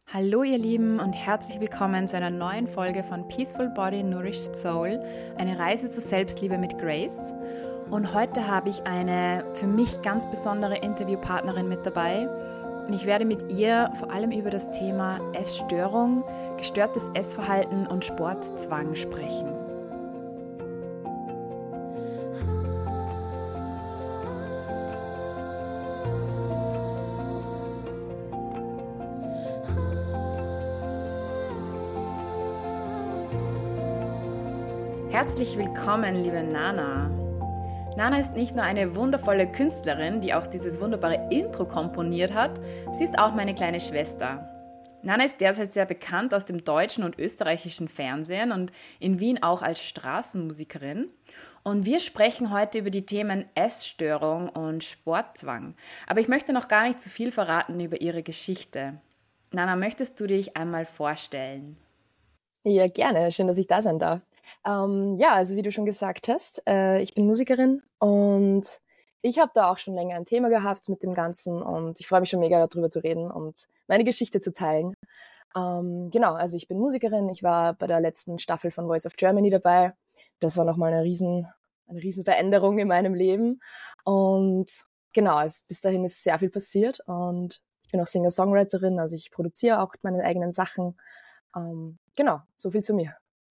Hallo ihr Lieben und herzlich willkommen zu einer neuen Folge von Peaceful Body Nourished Soul, eine Reise zur Selbstliebe mit Grace. Und heute habe ich eine für mich ganz besondere Interviewpartnerin mit dabei. Und ich werde mit ihr vor allem über das Thema Essstörung, gestörtes Essverhalten und Sportzwang sprechen. Herzlich willkommen, liebe Nana. Nana ist nicht nur eine wundervolle Künstlerin, die auch dieses wunderbare Intro komponiert hat, sie ist auch meine kleine Schwester. Nana ist derzeit sehr bekannt aus dem deutschen und österreichischen Fernsehen und in Wien auch als Straßenmusikerin. Und wir sprechen heute über die Themen Essstörung und Sportzwang. Aber ich möchte noch gar nicht zu viel verraten über ihre Geschichte. Nana, möchtest du dich einmal vorstellen? Ja, gerne. Schön, dass ich da sein darf. Also wie du schon gesagt hast, ich bin Musikerin und ich habe da auch schon länger ein Thema gehabt mit dem Ganzen und ich freue mich schon mega darüber zu reden und meine Geschichte zu teilen. Also ich bin Musikerin, ich war bei der letzten Staffel von Voice of Germany dabei. Das war nochmal eine riesen Veränderung in meinem Leben und bis dahin ist sehr viel passiert und ich bin auch Singer-Songwriterin, also ich produziere auch meine eigenen Sachen. So viel zu mir.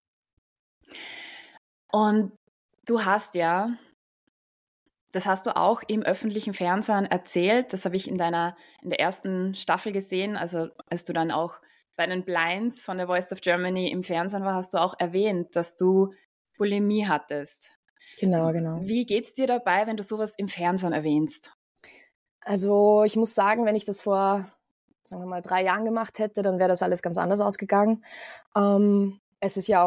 Und du hast ja, das hast du auch im öffentlichen Fernsehen erzählt, das habe ich in der ersten Staffel gesehen, also als du dann auch bei den Blinds von der Voice of Germany im Fernsehen war, hast du auch erwähnt, dass du Bulimie hattest. Genau. Wie geht's dir dabei, wenn du sowas im Fernsehen erwähnst? Also ich muss sagen, wenn ich das vor, sagen wir mal, 3 Jahren gemacht hätte, dann wäre das alles ganz anders ausgegangen. Es ist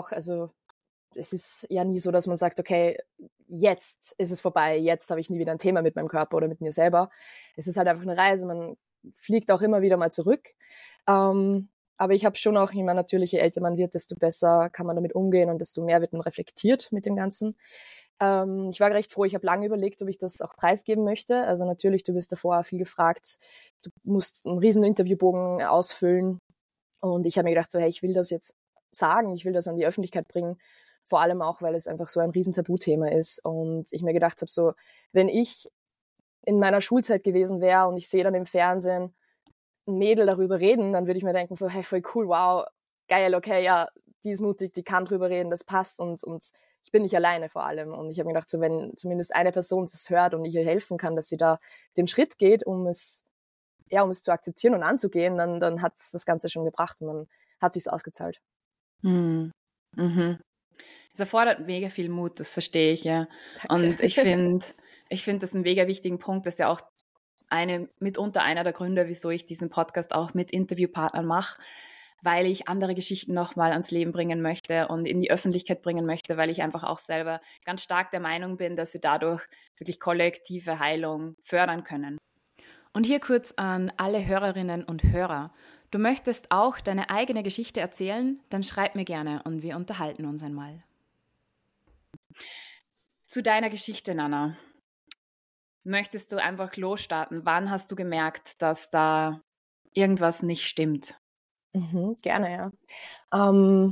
ja nie so, dass man sagt, okay, jetzt ist es vorbei, jetzt habe ich nie wieder ein Thema mit meinem Körper oder mit mir selber. Es ist halt einfach eine Reise, man fliegt auch immer wieder mal zurück. Aber ich habe schon auch, ich meine, natürlich, je älter man wird, desto besser kann man damit umgehen und desto mehr wird man reflektiert mit dem Ganzen. Ich war recht froh, ich habe lange überlegt, ob ich das auch preisgeben möchte. Also natürlich, du wirst davor viel gefragt, du musst einen riesen Interviewbogen ausfüllen und ich habe mir gedacht, so hey, ich will das jetzt sagen, ich will das an die Öffentlichkeit bringen, vor allem auch, weil es einfach so ein riesen Tabuthema ist und ich mir gedacht habe, so wenn ich in meiner Schulzeit gewesen wäre und ich sehe dann im Fernsehen ein Mädel darüber reden, dann würde ich mir denken, so hey, voll cool, wow, geil, okay, ja, die ist mutig, die kann drüber reden, das passt und ich bin nicht alleine vor allem. Und ich habe mir gedacht, so wenn zumindest eine Person das hört und ich ihr helfen kann, dass sie da den Schritt geht, um es zu akzeptieren und anzugehen, dann hat es das Ganze schon gebracht und dann hat sich's ausgezahlt. Mhm. Es erfordert mega viel Mut, das verstehe ich, ja. Danke. Und ich finde das einen mega wichtigen Punkt, das ist ja auch mitunter einer der Gründe, wieso ich diesen Podcast auch mit Interviewpartnern mache, weil ich andere Geschichten nochmal ans Leben bringen möchte und in die Öffentlichkeit bringen möchte, weil ich einfach auch selber ganz stark der Meinung bin, dass wir dadurch wirklich kollektive Heilung fördern können. Und hier kurz an alle Hörerinnen und Hörer. Du möchtest auch deine eigene Geschichte erzählen? Dann schreib mir gerne und wir unterhalten uns einmal. Zu deiner Geschichte, Nana. Möchtest du einfach losstarten? Wann hast du gemerkt, dass da irgendwas nicht stimmt? Gerne, ja.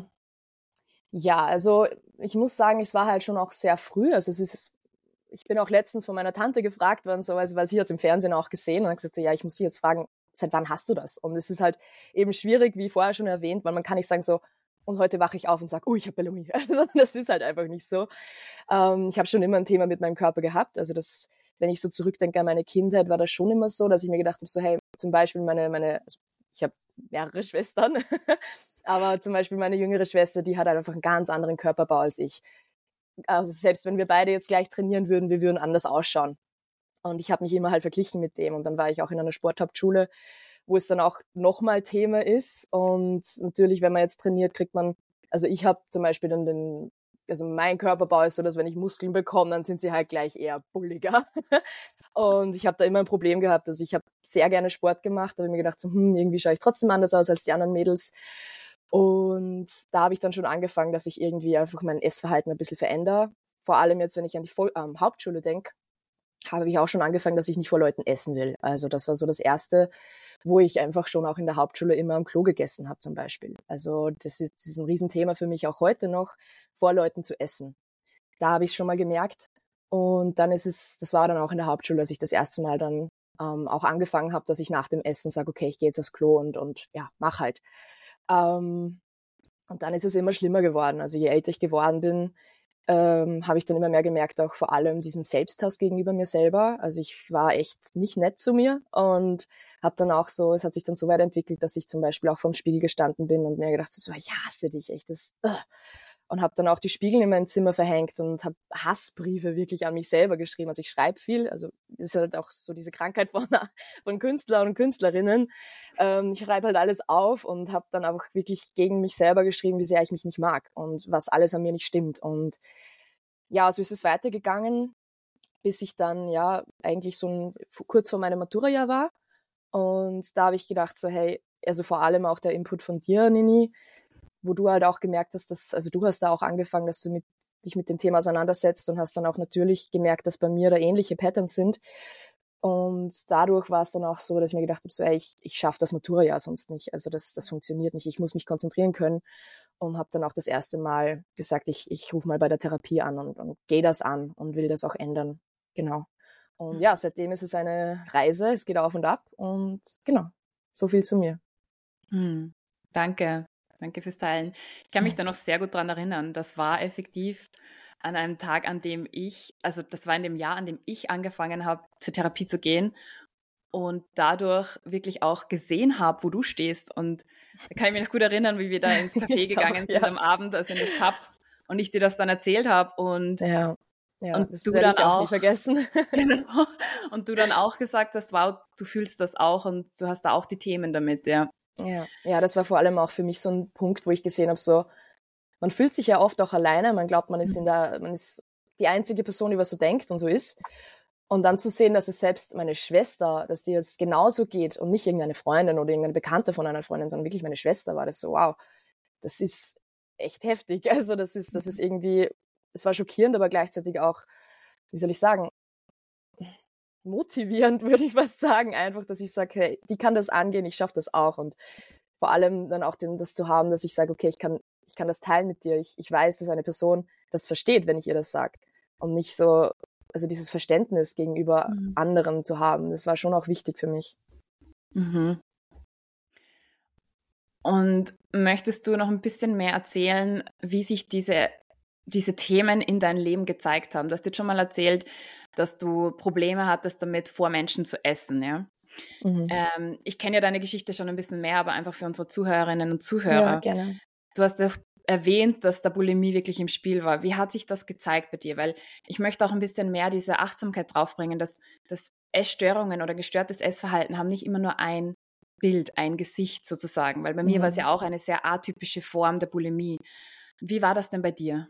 Also ich muss sagen, es war halt schon auch sehr früh. Also ich bin auch letztens von meiner Tante gefragt worden, so, also, weil sie hat es im Fernsehen auch gesehen und hat gesagt, so, ja, ich muss sie jetzt fragen, seit wann hast du das? Und es ist halt eben schwierig, wie vorher schon erwähnt, weil man kann nicht sagen so, und heute wache ich auf und sage, oh, ich habe Bulimie. Also das ist halt einfach nicht so. Ich habe schon immer ein Thema mit meinem Körper gehabt. Also wenn ich so zurückdenke an meine Kindheit, war das schon immer so, dass ich mir gedacht habe, so hey, zum Beispiel also ich habe mehrere Schwestern, aber zum Beispiel meine jüngere Schwester, die hat halt einfach einen ganz anderen Körperbau als ich. Also selbst wenn wir beide jetzt gleich trainieren würden, wir würden anders ausschauen. Und ich habe mich immer halt verglichen mit dem. Und dann war ich auch in einer Sporthauptschule, wo es dann auch nochmal Thema ist. Und natürlich, wenn man jetzt trainiert, also ich habe zum Beispiel dann mein Körperbau ist so, dass wenn ich Muskeln bekomme, dann sind sie halt gleich eher bulliger. Und ich habe da immer ein Problem gehabt. Also ich habe sehr gerne Sport gemacht, habe mir gedacht, so, irgendwie schaue ich trotzdem anders aus als die anderen Mädels. Und da habe ich dann schon angefangen, dass ich irgendwie einfach mein Essverhalten ein bisschen verändere. Vor allem jetzt, wenn ich an die Hauptschule denke. habe ich auch schon angefangen, dass ich nicht vor Leuten essen will. Also das war so das Erste, wo ich einfach schon auch in der Hauptschule immer am Klo gegessen habe zum Beispiel. Also das ist ein Riesenthema für mich auch heute noch, vor Leuten zu essen. Da habe ich es schon mal gemerkt. Und dann das war dann auch in der Hauptschule, dass ich das erste Mal dann auch angefangen habe, dass ich nach dem Essen sage, okay, ich gehe jetzt aufs Klo und ja, mach halt. Und dann ist es immer schlimmer geworden. Also je älter ich geworden bin, habe ich dann immer mehr gemerkt, auch vor allem diesen Selbsthass gegenüber mir selber. Also ich war echt nicht nett zu mir und habe dann auch so, es hat sich dann so weit entwickelt, dass ich zum Beispiel auch vorm Spiegel gestanden bin und mir gedacht so, ich hasse dich echt, und habe dann auch die Spiegel in meinem Zimmer verhängt und habe Hassbriefe wirklich an mich selber geschrieben. Also ich schreibe viel, also das ist halt auch so diese Krankheit von Künstlern und Künstlerinnen. Ich schreibe halt alles auf und habe dann auch wirklich gegen mich selber geschrieben, wie sehr ich mich nicht mag und was alles an mir nicht stimmt. Und ja, so ist es weitergegangen, bis ich dann ja eigentlich kurz vor meinem Maturajahr war. Und da habe ich gedacht so, hey, also vor allem auch der Input von dir, Nini, wo du halt auch gemerkt hast, also du hast da auch angefangen, dass du dich mit dem Thema auseinandersetzt und hast dann auch natürlich gemerkt, dass bei mir da ähnliche Patterns sind. Und dadurch war es dann auch so, dass ich mir gedacht habe, so, ey, ich schaffe das Maturajahr sonst nicht. Also das funktioniert nicht. Ich muss mich konzentrieren können und habe dann auch das erste Mal gesagt, ich rufe mal bei der Therapie an und gehe das an und will das auch ändern. Genau. Und ja, seitdem ist es eine Reise. Es geht auf und ab und genau, so viel zu mir. Danke. Danke fürs Teilen. Ich kann mich da noch sehr gut dran erinnern. Das war effektiv an einem Tag, das war in dem Jahr, an dem ich angefangen habe, zur Therapie zu gehen und dadurch wirklich auch gesehen habe, wo du stehst. Und da kann ich mich noch gut erinnern, wie wir da ins Café gegangen sind am Abend, also in das Pub, und ich dir das dann erzählt habe und und das du dann auch nie vergessen. Genau. Und du dann auch gesagt hast, wow, du fühlst das auch und du hast da auch die Themen damit, ja. Ja, das war vor allem auch für mich so ein Punkt, wo ich gesehen habe, so, man fühlt sich ja oft auch alleine, man glaubt, man ist die einzige Person, die was so denkt und so ist. Und dann zu sehen, dass es selbst meine Schwester, dass dir es genauso geht und nicht irgendeine Freundin oder irgendeine Bekannte von einer Freundin, sondern wirklich meine Schwester, war das so, wow, das ist echt heftig. Also das ist irgendwie, es war schockierend, aber gleichzeitig auch, wie soll ich sagen, motivierend, würde ich fast sagen, einfach, dass ich sage, hey, die kann das angehen, ich schaffe das auch. Und vor allem dann auch das zu haben, dass ich sage, okay, ich kann das teilen mit dir. Ich weiß, dass eine Person das versteht, wenn ich ihr das sage. Und nicht so, also dieses Verständnis gegenüber anderen zu haben, das war schon auch wichtig für mich. Und möchtest du noch ein bisschen mehr erzählen, wie sich diese Themen in deinem Leben gezeigt haben? Du hast jetzt schon mal erzählt, dass du Probleme hattest damit, vor Menschen zu essen, ja? Ich kenne ja deine Geschichte schon ein bisschen mehr, aber einfach für unsere Zuhörerinnen und Zuhörer. Ja, gerne. Du hast ja erwähnt, dass da Bulimie wirklich im Spiel war. Wie hat sich das gezeigt bei dir? Weil ich möchte auch ein bisschen mehr diese Achtsamkeit draufbringen, dass Essstörungen oder gestörtes Essverhalten haben nicht immer nur ein Bild, ein Gesicht sozusagen, weil bei mir war es ja auch eine sehr atypische Form der Bulimie. Wie war das denn bei dir?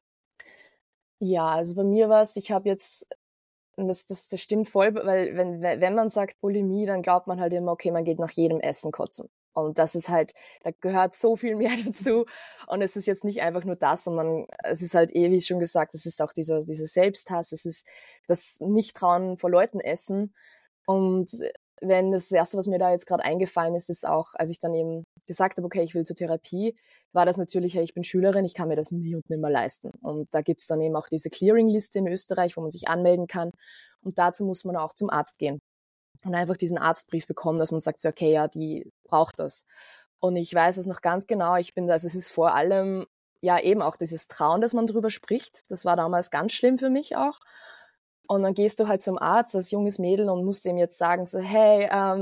Ja, also bei mir war es, ich habe jetzt, das stimmt voll, weil wenn man sagt Bulimie, dann glaubt man halt immer, okay, man geht nach jedem Essen kotzen. Und das ist halt, da gehört so viel mehr dazu. Und es ist jetzt nicht einfach nur das, sondern es ist halt wie schon gesagt, es ist auch dieser Selbsthass, es ist das Nicht-Trauen vor Leuten essen. Und wenn das Erste, was mir da jetzt gerade eingefallen ist, ist auch, als ich dann eben gesagt habe, okay, ich will zur Therapie, war das natürlich, hey, ich bin Schülerin, ich kann mir das nie und nimmer leisten. Und da gibt's dann eben auch diese Clearing-Liste in Österreich, wo man sich anmelden kann. Und dazu muss man auch zum Arzt gehen und einfach diesen Arztbrief bekommen, dass man sagt, so, okay, ja, die braucht das. Und ich weiß es noch ganz genau, also es ist vor allem, ja, eben auch dieses Trauen, dass man drüber spricht. Das war damals ganz schlimm für mich auch. Und dann gehst du halt zum Arzt als junges Mädel und musst ihm jetzt sagen, so, hey,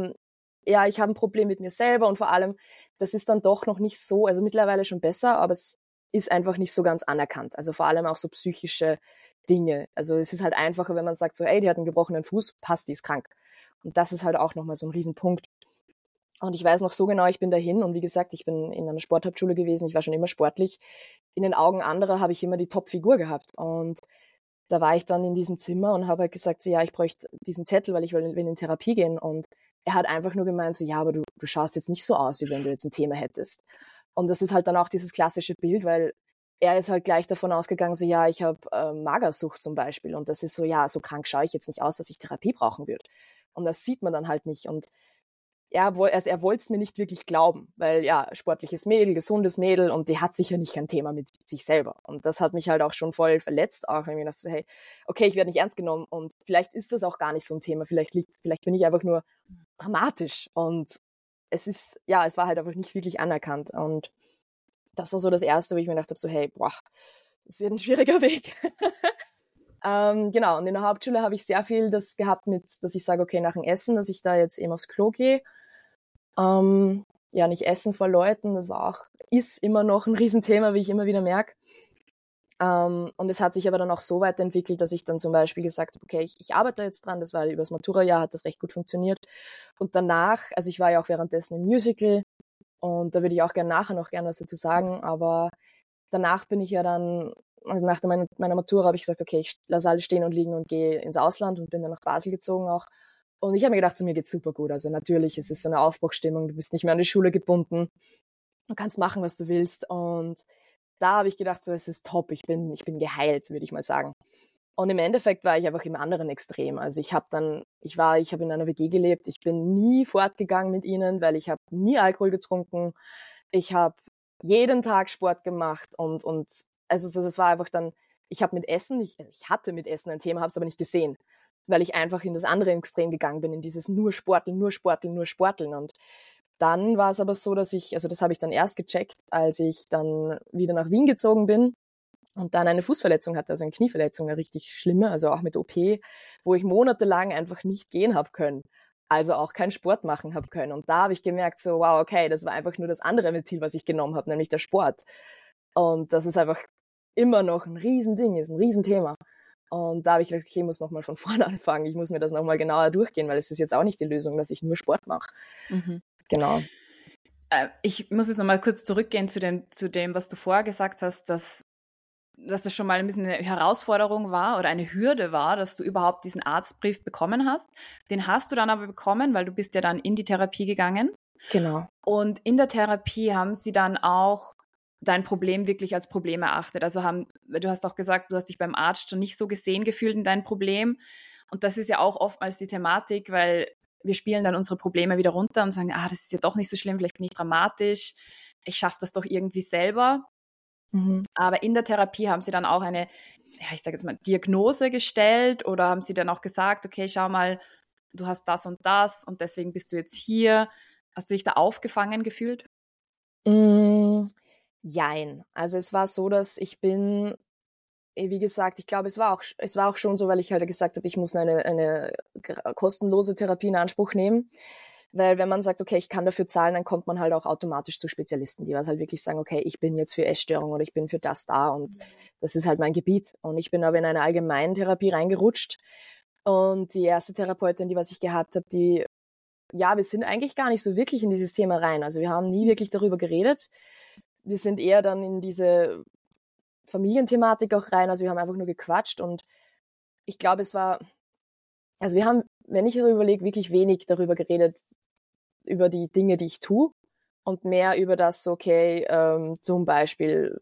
ja, ich habe ein Problem mit mir selber und vor allem, das ist dann doch noch nicht so, also mittlerweile schon besser, aber es ist einfach nicht so ganz anerkannt. Also vor allem auch so psychische Dinge. Also es ist halt einfacher, wenn man sagt, so, ey, die hat einen gebrochenen Fuß, passt, die ist krank. Und das ist halt auch nochmal so ein Riesenpunkt. Und ich weiß noch so genau, ich bin dahin und wie gesagt, ich bin in einer Sporthauptschule gewesen, ich war schon immer sportlich. In den Augen anderer habe ich immer die Top-Figur gehabt. Und da war ich dann in diesem Zimmer und habe halt gesagt, so, ja, ich bräuchte diesen Zettel, weil ich will in Therapie gehen. Und er hat einfach nur gemeint, so, ja, aber du schaust jetzt nicht so aus, wie wenn du jetzt ein Thema hättest. Und das ist halt dann auch dieses klassische Bild, weil er ist halt gleich davon ausgegangen, so ja, ich habe Magersucht zum Beispiel und das ist so, ja, so krank schaue ich jetzt nicht aus, dass ich Therapie brauchen würde. Und das sieht man dann halt nicht und er wollte es mir nicht wirklich glauben, weil ja, sportliches Mädel, gesundes Mädel und die hat sicher nicht kein Thema mit sich selber. Und das hat mich halt auch schon voll verletzt, auch wenn ich mir dachte, so, hey, okay, ich werde nicht ernst genommen und vielleicht ist das auch gar nicht so ein Thema, vielleicht bin ich einfach nur dramatisch und es war halt einfach nicht wirklich anerkannt und das war so das Erste, wo ich mir gedacht habe, so hey, boah, das wird ein schwieriger Weg. Genau, und in der Hauptschule habe ich sehr viel das gehabt mit, dass ich sage, okay, nach dem Essen, dass ich da jetzt eben aufs Klo gehe. Ja, nicht essen vor Leuten, das ist immer noch ein Riesenthema, wie ich immer wieder merke. Und es hat sich aber dann auch so weiterentwickelt, dass ich dann zum Beispiel gesagt habe, okay, ich arbeite jetzt dran, das war übers Maturajahr, hat das recht gut funktioniert. Und danach, also ich war ja auch währenddessen im Musical und da würde ich auch nachher noch gerne was dazu sagen, aber danach bin ich ja dann, also nach meiner Matura habe ich gesagt, okay, ich lasse alles stehen und liegen und gehe ins Ausland und bin dann nach Basel gezogen auch. Und ich habe mir gedacht, so, mir geht's super gut. Also natürlich, es ist so eine Aufbruchsstimmung, du bist nicht mehr an die Schule gebunden, du kannst machen, was du willst. Und da habe ich gedacht, so, es ist top, ich bin geheilt, würde ich mal sagen. Und im Endeffekt war ich einfach im anderen Extrem. Also ich habe in einer WG gelebt, ich bin nie fortgegangen mit ihnen, weil ich habe nie Alkohol getrunken. Ich habe jeden Tag Sport gemacht und also so, das war einfach dann, ich hatte mit Essen ein Thema, habe es aber nicht gesehen, weil ich einfach in das andere Extrem gegangen bin, in dieses nur Sporteln, nur Sporteln, nur Sporteln. Und dann war es aber so, dass das habe ich dann erst gecheckt, als ich dann wieder nach Wien gezogen bin und dann eine Fußverletzung hatte, also eine Knieverletzung, eine richtig schlimme, also auch mit OP, wo ich monatelang einfach nicht gehen habe können. Also auch keinen Sport machen habe können. Und da habe ich gemerkt, so wow, okay, das war einfach nur das andere Ventil, was ich genommen habe, nämlich der Sport. Und das ist einfach immer noch ein Riesending, ist ein Riesenthema. Und da habe ich gedacht, okay, ich muss nochmal von vorne anfangen. Ich muss mir das nochmal genauer durchgehen, weil es ist jetzt auch nicht die Lösung, dass ich nur Sport mache. Mhm. Genau. Ich muss jetzt nochmal kurz zurückgehen zu dem, was du vorher gesagt hast, dass das schon mal ein bisschen eine Herausforderung war oder eine Hürde war, dass du überhaupt diesen Arztbrief bekommen hast. Den hast du dann aber bekommen, weil du bist ja dann in die Therapie gegangen. Genau. Und in der Therapie haben sie dann auch dein Problem wirklich als Problem erachtet. Also du hast auch gesagt, du hast dich beim Arzt schon nicht so gesehen gefühlt in dein Problem. Und das ist ja auch oftmals die Thematik, weil wir spielen dann unsere Probleme wieder runter und sagen, das ist ja doch nicht so schlimm, vielleicht bin ich dramatisch, ich schaffe das doch irgendwie selber. Mhm. Aber in der Therapie haben sie dann auch eine, ich sage jetzt mal, Diagnose gestellt oder haben sie dann auch gesagt, okay, schau mal, du hast das und deswegen bist du jetzt hier. Hast du dich da aufgefangen gefühlt? Jein. Also es war so, dass wie gesagt, ich glaube, es war auch schon so, weil ich halt gesagt habe, ich muss eine kostenlose Therapie in Anspruch nehmen. Weil wenn man sagt, okay, ich kann dafür zahlen, dann kommt man halt auch automatisch zu Spezialisten, die was halt wirklich sagen, okay, ich bin jetzt für Essstörung oder ich bin für das da und das ist halt mein Gebiet. Und ich bin aber in eine allgemeine Therapie reingerutscht und die erste Therapeutin, die was ich gehabt habe, wir sind eigentlich gar nicht so wirklich in dieses Thema rein. Also wir haben nie wirklich darüber geredet. Wir sind eher dann in diese Familienthematik auch rein. Also wir haben einfach nur gequatscht und ich glaube, wir haben, wenn ich so überlege, wirklich wenig darüber geredet, über die Dinge, die ich tue und mehr über das, okay, zum Beispiel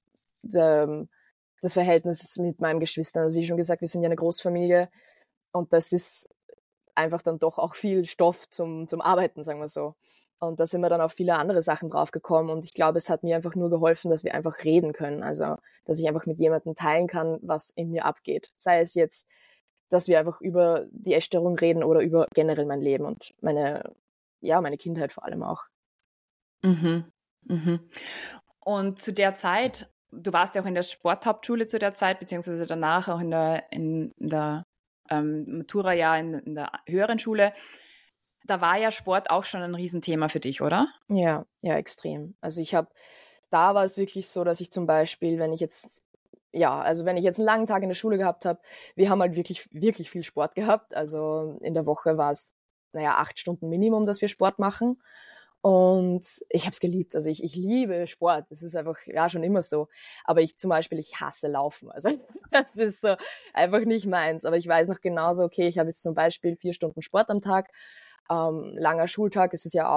das Verhältnis mit meinen Geschwistern. Also wie schon gesagt, wir sind ja eine Großfamilie und das ist einfach dann doch auch viel Stoff zum Arbeiten, sagen wir so. Und da sind wir dann auf viele andere Sachen draufgekommen und ich glaube, es hat mir einfach nur geholfen, dass wir einfach reden können. Also, dass ich einfach mit jemandem teilen kann, was in mir abgeht. Sei es jetzt, dass wir einfach über die Essstörung reden oder über generell mein Leben und meine Kindheit vor allem auch. Mhm. Mhm. Und zu der Zeit, du warst ja auch in der Sporthauptschule zu der Zeit, beziehungsweise danach auch in der Matura-Jahr in der höheren Schule. Da war ja Sport auch schon ein Riesenthema für dich, oder? Ja, extrem. Also da war es wirklich so, dass ich zum Beispiel, wenn ich jetzt einen langen Tag in der Schule gehabt habe, wir haben halt wirklich, wirklich viel Sport gehabt. Also in der Woche war es, 8 Stunden Minimum, dass wir Sport machen. Und ich habe es geliebt. Also ich liebe Sport. Das ist einfach, schon immer so. Aber ich hasse Laufen. Also das ist so einfach nicht meins. Aber ich weiß noch genauso, okay, ich habe jetzt zum Beispiel 4 Stunden Sport am Tag. Langer Schultag ist es ja auch.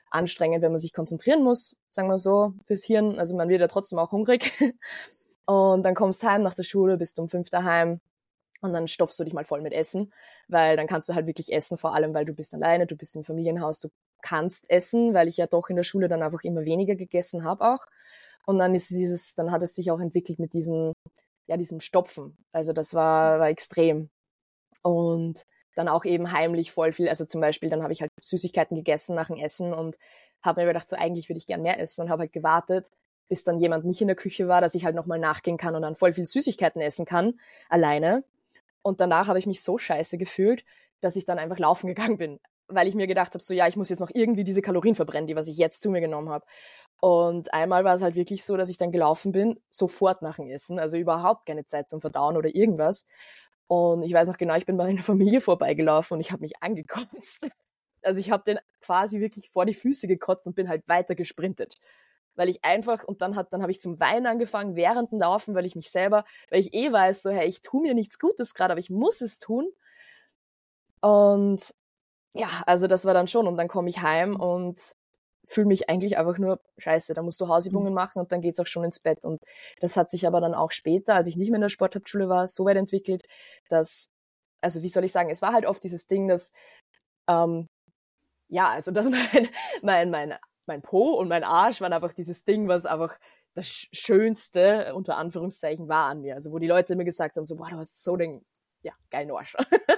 anstrengend, wenn man sich konzentrieren muss, sagen wir so, fürs Hirn. Also man wird ja trotzdem auch hungrig. Und dann kommst du heim nach der Schule, bist um 5 daheim und dann stopfst du dich mal voll mit Essen, weil dann kannst du halt wirklich essen, vor allem, weil du bist alleine, du bist im Familienhaus, du kannst essen, weil ich ja doch in der Schule dann einfach immer weniger gegessen habe auch. Und dann dann hat es sich auch entwickelt mit diesem Stopfen. Also das war extrem. Und dann auch eben heimlich voll viel, also zum Beispiel, dann habe ich halt Süßigkeiten gegessen nach dem Essen und habe mir gedacht, so eigentlich würde ich gern mehr essen und habe halt gewartet, bis dann jemand nicht in der Küche war, dass ich halt nochmal nachgehen kann und dann voll viel Süßigkeiten essen kann, alleine. Und danach habe ich mich so scheiße gefühlt, dass ich dann einfach laufen gegangen bin, weil ich mir gedacht habe, so ja, ich muss jetzt noch irgendwie diese Kalorien verbrennen, die was ich jetzt zu mir genommen habe. Und einmal war es halt wirklich so, dass ich dann gelaufen bin, sofort nach dem Essen, also überhaupt keine Zeit zum Verdauen oder irgendwas. Und ich weiß noch genau, ich bin bei einer Familie vorbeigelaufen und ich habe mich angekotzt. Also ich habe den quasi wirklich vor die Füße gekotzt und bin halt weiter gesprintet. Weil ich einfach, und dann habe ich zum Weinen angefangen während dem Laufen, weil ich weiß, so, hey, ich tue mir nichts Gutes gerade, aber ich muss es tun. Und ja, also das war dann schon. Und dann komme ich heim und fühle mich eigentlich einfach nur scheiße. Da musst du Hausübungen machen und dann geht's auch schon ins Bett. Und das hat sich aber dann auch später, als ich nicht mehr in der Sporthauptschule war, so weit entwickelt, dass, also wie soll ich sagen, es war halt oft dieses Ding, dass, dass mein Po und mein Arsch waren einfach dieses Ding, was einfach das Schönste, unter Anführungszeichen, war an mir. Also wo die Leute mir gesagt haben, so, boah, du hast so den, ja, geilen Arsch.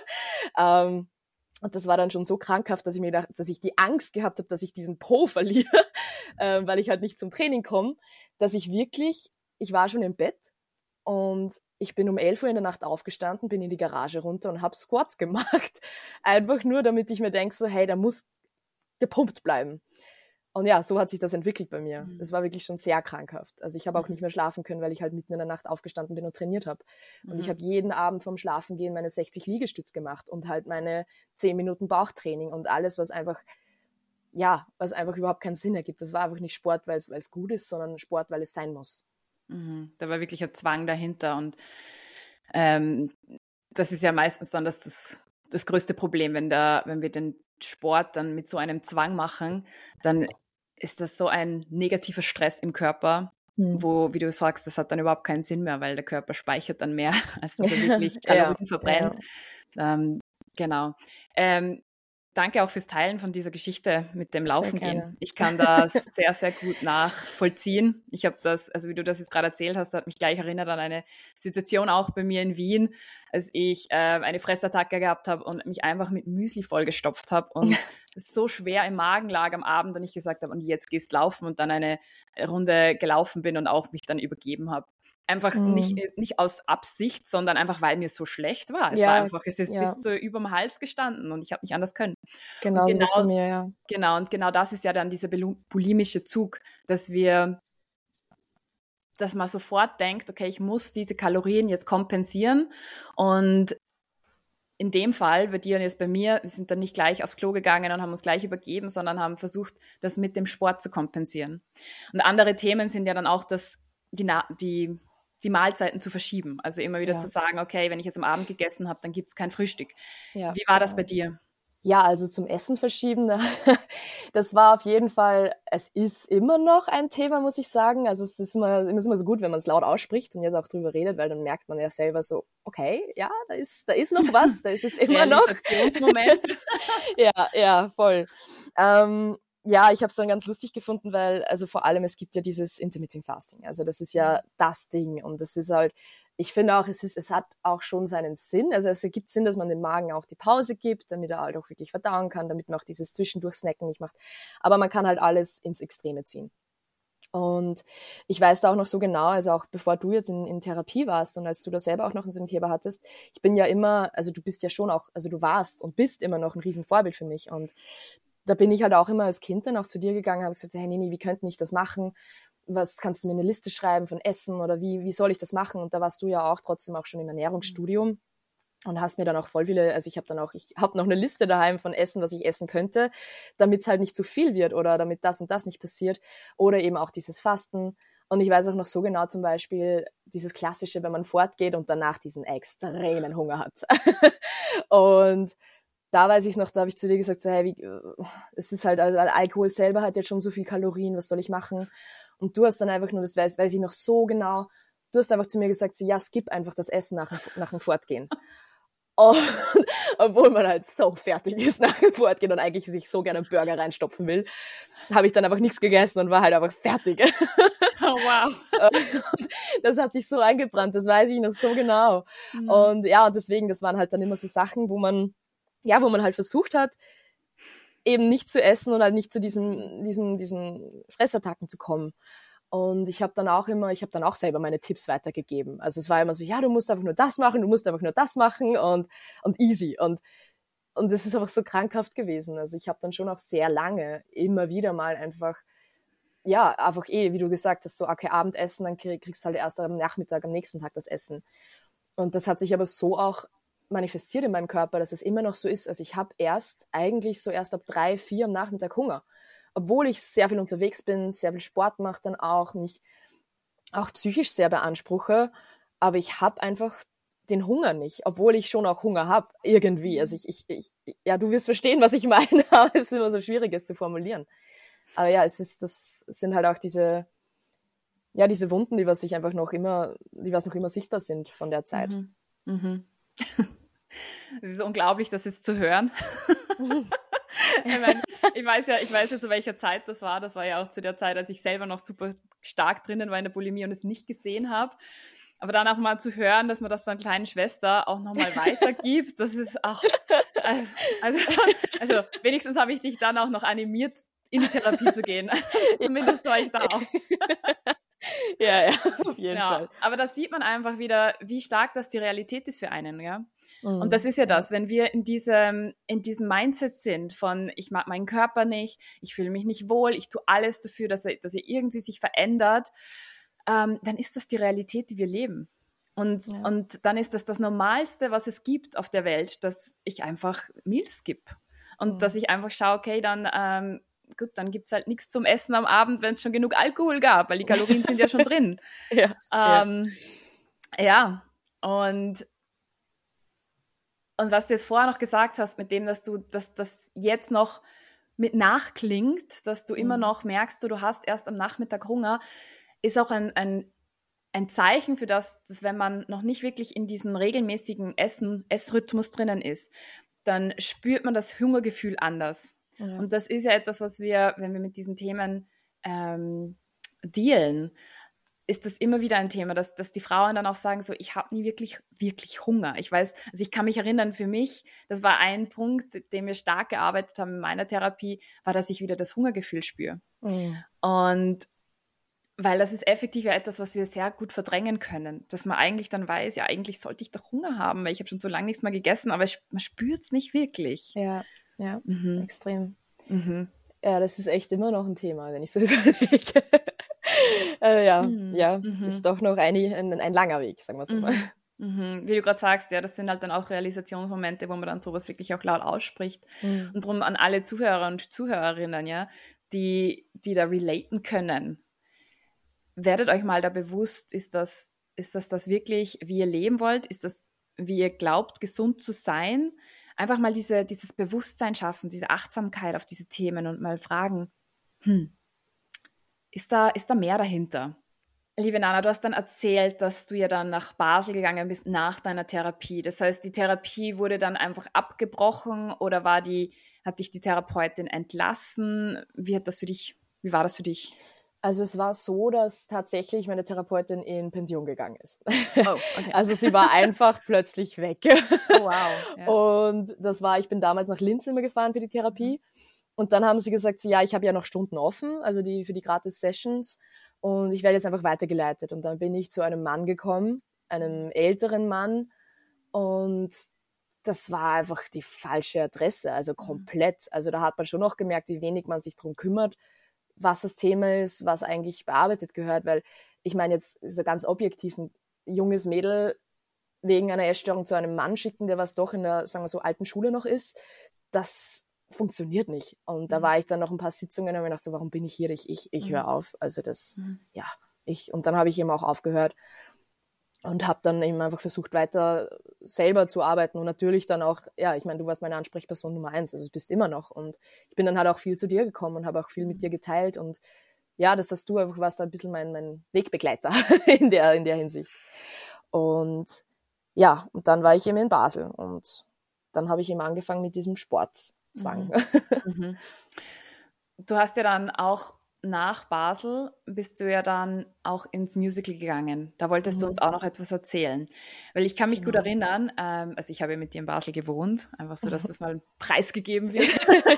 Und das war dann schon so krankhaft, dass ich die Angst gehabt habe, dass ich diesen Po verliere, weil ich halt nicht zum Training komme, dass ich war schon im Bett und ich bin um 11 Uhr in der Nacht aufgestanden, bin in die Garage runter und habe Squats gemacht. Einfach nur, damit ich mir denke, so, hey, da muss gepumpt bleiben. Und ja, so hat sich das entwickelt bei mir. Das war wirklich schon sehr krankhaft. Also ich habe auch nicht mehr schlafen können, weil ich halt mitten in der Nacht aufgestanden bin und trainiert habe. Und ich habe jeden Abend vorm Schlafengehen meine 60 Liegestütz gemacht und halt meine 10 Minuten Bauchtraining und alles, was einfach überhaupt keinen Sinn ergibt. Das war einfach nicht Sport, weil es gut ist, sondern Sport, weil es sein muss. Da war wirklich ein Zwang dahinter und das ist ja meistens dann das größte Problem, wenn wir den Sport dann mit so einem Zwang machen, dann ist das so ein negativer Stress im Körper, wo, wie du sagst, das hat dann überhaupt keinen Sinn mehr, weil der Körper speichert dann mehr, als dass er wirklich Kalorien verbrennt. Ja. Genau. Danke auch fürs Teilen von dieser Geschichte mit dem Laufen gehen. Ich kann das sehr, sehr gut nachvollziehen. Ich habe das, also wie du das jetzt gerade erzählt hast, hat mich gleich erinnert an eine Situation auch bei mir in Wien, als ich eine Fressattacke gehabt habe und mich einfach mit Müsli vollgestopft habe und es so schwer im Magen lag am Abend und ich gesagt habe, und jetzt gehst laufen und dann eine Runde gelaufen bin und auch mich dann übergeben habe. Einfach nicht aus Absicht, sondern einfach, weil mir so schlecht war. Es ist bis zu überm Hals gestanden und ich habe nicht anders können. Genau, so ist bei mir, ja. Genau, und genau das ist ja dann dieser bulimische Zug, dass man sofort denkt, okay, ich muss diese Kalorien jetzt kompensieren und in dem Fall, bei dir und jetzt bei mir, wir sind dann nicht gleich aufs Klo gegangen und haben uns gleich übergeben, sondern haben versucht, das mit dem Sport zu kompensieren. Und andere Themen sind ja dann auch, die Mahlzeiten zu verschieben. Also immer wieder zu sagen, okay, wenn ich jetzt am Abend gegessen habe, dann gibt es kein Frühstück. Ja, wie war das bei dir? Ja, also zum Essen verschieben, das war auf jeden Fall, es ist immer noch ein Thema, muss ich sagen. Also es ist immer so gut, wenn man es laut ausspricht und jetzt auch drüber redet, weil dann merkt man ja selber so, okay, ja, da ist noch was, da ist es immer noch. Realisationsmoment. Ja, voll. Ja, ich habe es dann ganz lustig gefunden, weil, also vor allem, es gibt ja dieses Intermittent Fasting. Also das ist ja das Ding und das ist halt, ich finde auch, es hat auch schon seinen Sinn. Also es ergibt Sinn, dass man dem Magen auch die Pause gibt, damit er halt auch wirklich verdauen kann, damit man auch dieses Zwischendurch-Snacken nicht macht. Aber man kann halt alles ins Extreme ziehen. Und ich weiß da auch noch so genau, also auch bevor du jetzt in Therapie warst und als du da selber auch noch so ein Thema hattest, ich bin ja immer, also du bist ja schon auch, also du warst und bist immer noch ein Riesenvorbild für mich und da bin ich halt auch immer als Kind dann auch zu dir gegangen, habe gesagt, hey Nini, wie könnte ich das machen? Was kannst du mir eine Liste schreiben von Essen oder wie soll ich das machen? Und da warst du ja auch trotzdem auch schon im Ernährungsstudium und hast mir dann auch voll viele, also ich habe noch eine Liste daheim von Essen, was ich essen könnte, damit es halt nicht zu viel wird oder damit das und das nicht passiert oder eben auch dieses Fasten. Und ich weiß auch noch so genau zum Beispiel dieses Klassische, wenn man fortgeht und danach diesen extremen Hunger hat. Und da weiß ich noch, da habe ich zu dir gesagt, so, hey, es ist halt, also Alkohol selber hat jetzt schon so viel Kalorien, was soll ich machen? Und du hast dann einfach nur, das weiß ich noch so genau, du hast einfach zu mir gesagt, so, ja, skip einfach das Essen nach dem Fortgehen. Und, obwohl man halt so fertig ist nach dem Fortgehen und eigentlich sich so gerne einen Burger reinstopfen will, habe ich dann einfach nichts gegessen und war halt einfach fertig. Oh, wow. Und das hat sich so eingebrannt, das weiß ich noch so genau. Mhm. Und ja, und deswegen, das waren halt dann immer so Sachen, wo man halt versucht hat, eben nicht zu essen und halt nicht zu diesen Fressattacken zu kommen. Und ich habe dann auch selber meine Tipps weitergegeben. Also es war immer so, ja, du musst einfach nur das machen, du musst einfach nur das machen und easy. Und das ist einfach so krankhaft gewesen. Also ich habe dann schon auch sehr lange immer wieder mal einfach, wie du gesagt hast, so, okay, Abendessen, dann kriegst du halt erst am Nachmittag, am nächsten Tag das Essen. Und das hat sich aber so auch manifestiert in meinem Körper, dass es immer noch so ist. Also ich habe erst ab 3, 4 am Nachmittag Hunger. Obwohl ich sehr viel unterwegs bin, sehr viel Sport mache dann auch, mich auch psychisch sehr beanspruche, aber ich habe einfach den Hunger nicht, obwohl ich schon auch Hunger habe, irgendwie. Also du wirst verstehen, was ich meine, aber es ist immer so schwierig, es zu formulieren. Aber ja, das sind halt auch diese Wunden, die was noch immer sichtbar sind von der Zeit. Mhm. Mhm. Es ist unglaublich, das jetzt zu hören. Ich weiß ja, zu welcher Zeit das war. Das war ja auch zu der Zeit, als ich selber noch super stark drinnen war in der Bulimie und es nicht gesehen habe. Aber dann auch mal zu hören, dass man das dann kleinen Schwester auch nochmal weitergibt, das ist auch, also wenigstens habe ich dich dann auch noch animiert, in die Therapie zu gehen. Zumindest war ich da auch. Ja, auf jeden Fall. Aber da sieht man einfach wieder, wie stark das die Realität ist für einen, ja. Und das ist ja das, wenn wir in diesem Mindset sind von, ich mag meinen Körper nicht, ich fühle mich nicht wohl, ich tue alles dafür, dass er irgendwie sich verändert, dann ist das die Realität, die wir leben. Und dann ist das Normalste, was es gibt auf der Welt, dass ich einfach Meals skippe. Und dass ich einfach schaue, okay, dann gut, dann gibt es halt nichts zum Essen am Abend, wenn es schon genug Alkohol gab, weil die Kalorien sind ja schon drin. Und was du jetzt vorher noch gesagt hast, mit dem, dass das jetzt noch mit nachklingt, dass du immer noch merkst, du hast erst am Nachmittag Hunger, ist auch ein Zeichen für das, dass wenn man noch nicht wirklich in diesen regelmäßigen Essrhythmus drinnen ist, dann spürt man das Hungergefühl anders. Ja. Und das ist ja etwas, was wir, wenn wir mit diesen Themen dealen, ist das immer wieder ein Thema, dass die Frauen dann auch sagen, so, ich habe nie wirklich, wirklich Hunger. Ich weiß, also ich kann mich erinnern, für mich, das war ein Punkt, den wir stark gearbeitet haben in meiner Therapie, war, dass ich wieder das Hungergefühl spüre. Und weil das ist effektiv ja etwas, was wir sehr gut verdrängen können, dass man eigentlich dann weiß, ja, eigentlich sollte ich doch Hunger haben, weil ich habe schon so lange nichts mehr gegessen, aber man spürt es nicht wirklich. Ja, extrem. Ja, das ist echt immer noch ein Thema, wenn ich so überlege. Ist doch noch ein langer Weg, sagen wir so mal. Wie du gerade sagst, ja, das sind halt dann auch Realisationsmomente, wo man dann sowas wirklich auch laut ausspricht. Und darum an alle Zuhörer und Zuhörerinnen, ja, die da relaten können, werdet euch mal da bewusst, ist das wirklich, wie ihr leben wollt? Ist das, wie ihr glaubt, gesund zu sein? Einfach mal dieses Bewusstsein schaffen, diese Achtsamkeit auf diese Themen und mal fragen, ist da mehr dahinter? Liebe Nana, du hast dann erzählt, dass du ja dann nach Basel gegangen bist nach deiner Therapie. Das heißt, die Therapie wurde dann einfach abgebrochen oder hat dich die Therapeutin entlassen? Wie war das für dich? Also es war so, dass tatsächlich meine Therapeutin in Pension gegangen ist. Oh, okay. Also sie war einfach plötzlich weg. Oh, wow. Ja. Und ich bin damals nach Linz immer gefahren für die Therapie. Und dann haben sie gesagt, so, ja, ich habe ja noch Stunden offen, also für die Gratis-Sessions. Und ich werde jetzt einfach weitergeleitet. Und dann bin ich zu einem Mann gekommen, einem älteren Mann. Und das war einfach die falsche Adresse, also komplett. Also da hat man schon noch gemerkt, wie wenig man sich drum kümmert, was das Thema ist, was eigentlich bearbeitet gehört, weil ich meine, jetzt ist er ganz objektiv, ein junges Mädel wegen einer Essstörung zu einem Mann schicken, der was doch in der, sagen wir so, alten Schule noch ist, das funktioniert nicht. Und da war ich dann noch ein paar Sitzungen und habe mir gedacht, so, warum bin ich hier? Ich höre auf. Also und dann habe ich eben auch aufgehört. und habe dann eben einfach versucht, weiter selber zu arbeiten und natürlich dann auch, ja, ich meine, du warst meine Ansprechperson Nummer 1, also du bist immer noch und ich bin dann halt auch viel zu dir gekommen und habe auch viel mit dir geteilt und ja, das hast du einfach, warst ein bisschen mein Wegbegleiter in der Hinsicht. Und ja, und dann war ich eben in Basel und dann habe ich eben angefangen mit diesem Sportzwang. Mhm. Du hast ja dann auch nach Basel bist du ja dann auch ins Musical gegangen. Da wolltest du uns auch noch etwas erzählen. Weil ich kann mich gut erinnern, also ich habe ja mit dir in Basel gewohnt, einfach so, dass das mal preisgegeben wird.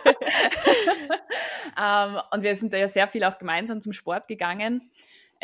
Und wir sind da ja sehr viel auch gemeinsam zum Sport gegangen.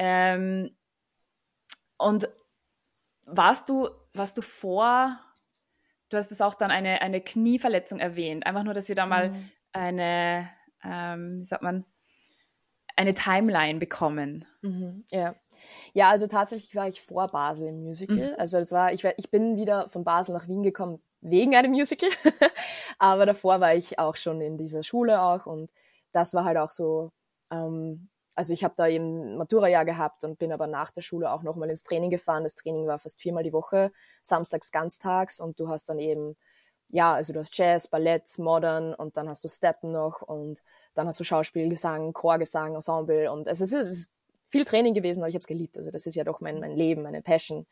Und warst du vor, du hast es auch dann eine Knieverletzung erwähnt, einfach nur, dass wir da mal eine, wie sagt man, eine Timeline bekommen. Ja. Ja, also tatsächlich war ich vor Basel im Musical. Also das war, ich bin wieder von Basel nach Wien gekommen wegen einem Musical. Aber davor war ich auch schon in dieser Schule auch und das war halt auch so, also ich habe da eben ein Matura-Jahr gehabt und bin aber nach der Schule auch nochmal ins Training gefahren. Das Training war fast 4-mal die Woche, samstags ganztags und du hast dann eben, ja, also du hast Jazz, Ballett, Modern und dann hast du Steppen noch und dann hast du Schauspiel, Gesang, Chorgesang, Ensemble und es ist viel Training gewesen, aber ich habe es geliebt. Also das ist ja doch mein Leben, meine Passion.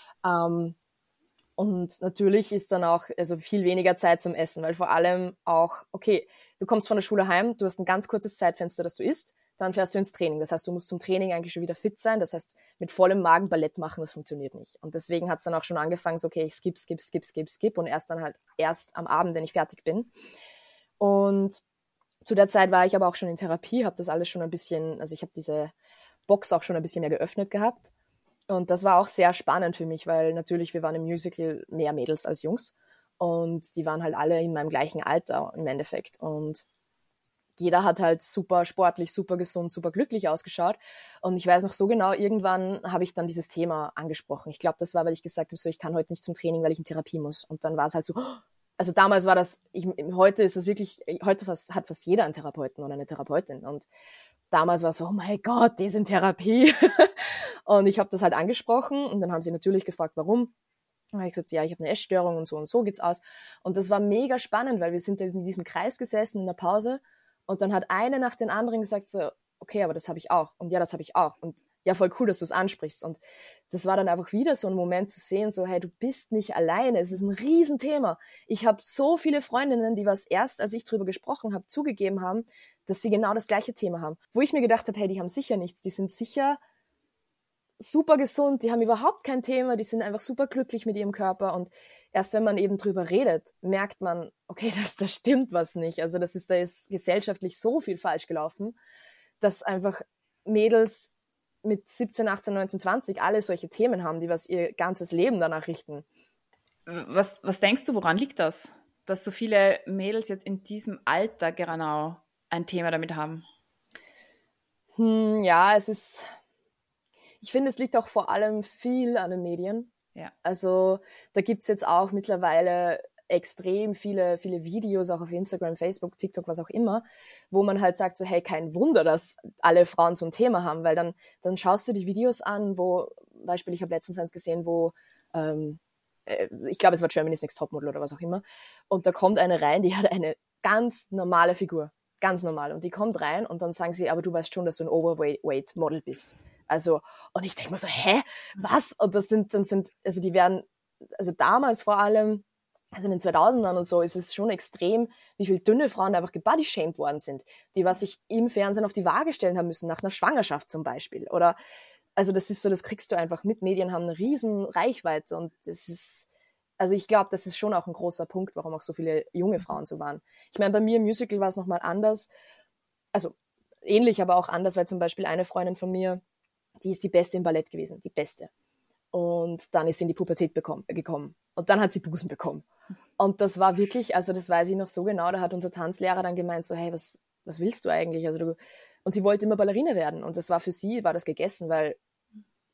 Und natürlich ist dann auch also viel weniger Zeit zum Essen, weil vor allem auch, okay, du kommst von der Schule heim, du hast ein ganz kurzes Zeitfenster, das du isst, dann fährst du ins Training. Das heißt, du musst zum Training eigentlich schon wieder fit sein. Das heißt, mit vollem Magen Ballett machen, das funktioniert nicht. Und deswegen hat es dann auch schon angefangen, so, okay, ich skip und erst am Abend, wenn ich fertig bin. Und zu der Zeit war ich aber auch schon in Therapie, habe das alles schon ein bisschen, also ich habe diese Box auch schon ein bisschen mehr geöffnet gehabt. Und das war auch sehr spannend für mich, weil natürlich, wir waren im Musical mehr Mädels als Jungs. Und die waren halt alle in meinem gleichen Alter im Endeffekt. Und jeder hat halt super sportlich, super gesund, super glücklich ausgeschaut. Und ich weiß noch so genau, irgendwann habe ich dann dieses Thema angesprochen. Ich glaube, das war, weil ich gesagt habe, so, ich kann heute nicht zum Training, weil ich in Therapie muss. Und dann war es halt so, also damals war das, heute ist es wirklich, heute hat fast jeder einen Therapeuten oder eine Therapeutin. Und damals war es so, oh mein Gott, die ist in Therapie. Und ich habe das halt angesprochen und dann haben sie natürlich gefragt, warum. Dann habe ich gesagt, ja, ich habe eine Essstörung und so geht's aus. Und das war mega spannend, weil wir sind in diesem Kreis gesessen in der Pause und dann hat eine nach den anderen gesagt so, okay, aber das habe ich auch und ja, das habe ich auch und ja, voll cool, dass du es ansprichst. Und das war dann einfach wieder so ein Moment zu sehen, so, hey, du bist nicht alleine, es ist ein Riesenthema. Ich habe so viele Freundinnen, die was erst, als ich drüber gesprochen habe, zugegeben haben, dass sie genau das gleiche Thema haben. Wo ich mir gedacht habe, hey, die haben sicher nichts, die sind sicher super gesund, die haben überhaupt kein Thema, die sind einfach super glücklich mit ihrem Körper und erst wenn man eben drüber redet, merkt man, okay, da stimmt was nicht. Also da ist gesellschaftlich so viel falsch gelaufen, dass einfach Mädels mit 17, 18, 19, 20 alle solche Themen haben, die was ihr ganzes Leben danach richten. Was denkst du, woran liegt das? Dass so viele Mädels jetzt in diesem Alter genau ein Thema damit haben? Ja, ich finde, es liegt auch vor allem viel an den Medien. Ja. Also da gibt's jetzt auch mittlerweile extrem viele Videos, auch auf Instagram, Facebook, TikTok, was auch immer, wo man halt sagt so, hey, kein Wunder, dass alle Frauen so ein Thema haben, weil dann schaust du die Videos an, wo, Beispiel, ich habe letztens eins gesehen, wo, ich glaube, es war Germany's Next Topmodel oder was auch immer, und da kommt eine rein, die hat eine ganz normale Figur, ganz normal, und die kommt rein und dann sagen sie, aber du weißt schon, dass du ein Overweight-Model bist. Also, und ich denke mir so, hä, was? Und also die werden, also damals vor allem, also in den 2000ern und so, ist es schon extrem, wie viele dünne Frauen einfach gebodyshamed worden sind, die was sich im Fernsehen auf die Waage stellen haben müssen, nach einer Schwangerschaft zum Beispiel. Oder, also das ist so, das kriegst du einfach mit. Medien haben eine riesen Reichweite und das ist, also ich glaube, das ist schon auch ein großer Punkt, warum auch so viele junge Frauen so waren. Ich meine, bei mir im Musical war es nochmal anders, also ähnlich, aber auch anders, weil zum Beispiel eine Freundin von mir, die ist die Beste im Ballett gewesen, die Beste. Und dann ist sie in die Pubertät gekommen. Und dann hat sie Busen bekommen. Und das war wirklich, also das weiß ich noch so genau, da hat unser Tanzlehrer dann gemeint, so, hey, was willst du eigentlich? Und sie wollte immer Ballerina werden. Und das war für sie, war das gegessen, weil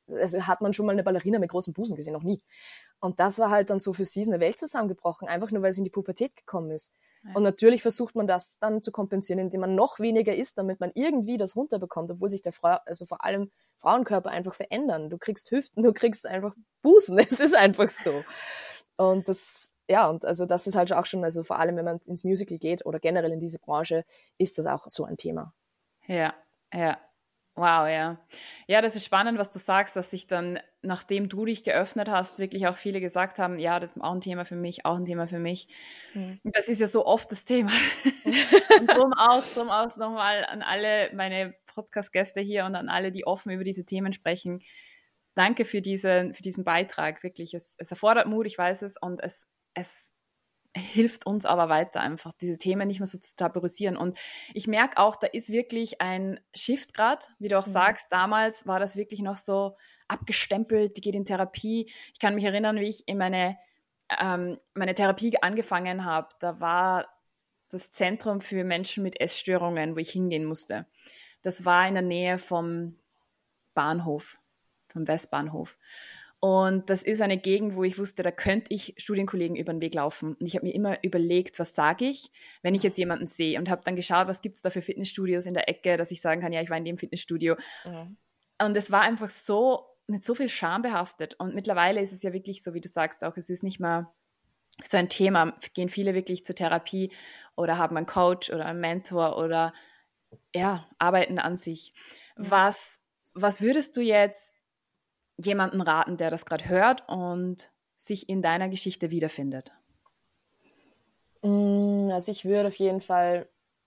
also hat man schon mal eine Ballerina mit großen Busen gesehen? Noch nie. Und das war halt dann so für sie eine Welt zusammengebrochen, einfach nur, weil sie in die Pubertät gekommen ist. Ja. Und natürlich versucht man das dann zu kompensieren, indem man noch weniger isst, damit man irgendwie das runterbekommt, obwohl sich also vor allem Frauenkörper einfach verändern. Du kriegst Hüften, du kriegst einfach Busen. Es ist einfach so. Und das, ja, und also das ist halt auch schon, also vor allem, wenn man ins Musical geht oder generell in diese Branche, ist das auch so ein Thema. Ja, ja. Wow, ja. Ja, das ist spannend, was du sagst, dass sich dann, nachdem du dich geöffnet hast, wirklich auch viele gesagt haben, ja, das ist auch ein Thema für mich, auch ein Thema für mich. Mhm. Das ist ja so oft das Thema. Und drum auch nochmal an alle meine Podcast-Gäste hier und an alle, die offen über diese Themen sprechen. Danke für diesen Beitrag, wirklich. Es erfordert Mut, ich weiß es, und es hilft uns aber weiter, einfach diese Themen nicht mehr so zu tabuisieren. Und ich merke auch, da ist wirklich ein Shift gerade, wie du auch sagst. Damals war das wirklich noch so abgestempelt, die geht in Therapie. Ich kann mich erinnern, wie ich in meine Therapie angefangen habe. Da war das Zentrum für Menschen mit Essstörungen, wo ich hingehen musste. Das war in der Nähe vom Bahnhof, vom Westbahnhof. Und das ist eine Gegend, wo ich wusste, da könnte ich Studienkollegen über den Weg laufen. Und ich habe mir immer überlegt, was sage ich, wenn ich jetzt jemanden sehe. Und habe dann geschaut, was gibt es da für Fitnessstudios in der Ecke, dass ich sagen kann, ja, ich war in dem Fitnessstudio. Mhm. Und es war einfach so, mit so viel Scham behaftet. Und mittlerweile ist es ja wirklich so, wie du sagst auch, es ist nicht mehr so ein Thema. Gehen viele wirklich zur Therapie oder haben einen Coach oder einen Mentor oder ja, arbeiten an sich. Mhm. Was würdest du jetzt jemanden raten, der das gerade hört und sich in deiner Geschichte wiederfindet? Also ich würde auf jeden Fall,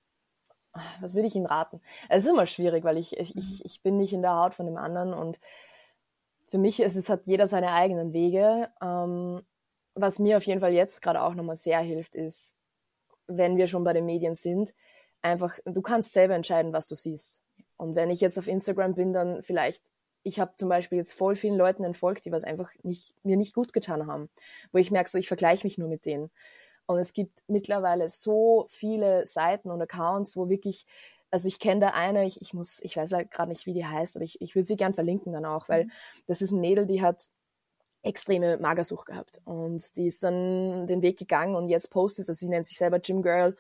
was würde ich ihm raten? Es ist immer schwierig, weil ich bin nicht in der Haut von dem anderen und für mich hat jeder seine eigenen Wege. Was mir auf jeden Fall jetzt gerade auch nochmal sehr hilft, ist, wenn wir schon bei den Medien sind, einfach, du kannst selber entscheiden, was du siehst. Und wenn ich jetzt auf Instagram bin, dann vielleicht, ich habe zum Beispiel jetzt voll vielen Leuten entfolgt, die was einfach mir nicht gut getan haben, wo ich merke, so ich vergleiche mich nur mit denen. Und es gibt mittlerweile so viele Seiten und Accounts, wo wirklich, also ich kenne da eine, ich weiß halt gerade nicht, wie die heißt, aber ich würde sie gern verlinken dann auch, weil das ist ein Mädel, die hat extreme Magersucht gehabt und die ist dann den Weg gegangen und jetzt postet, also sie nennt sich selber Gym Girl,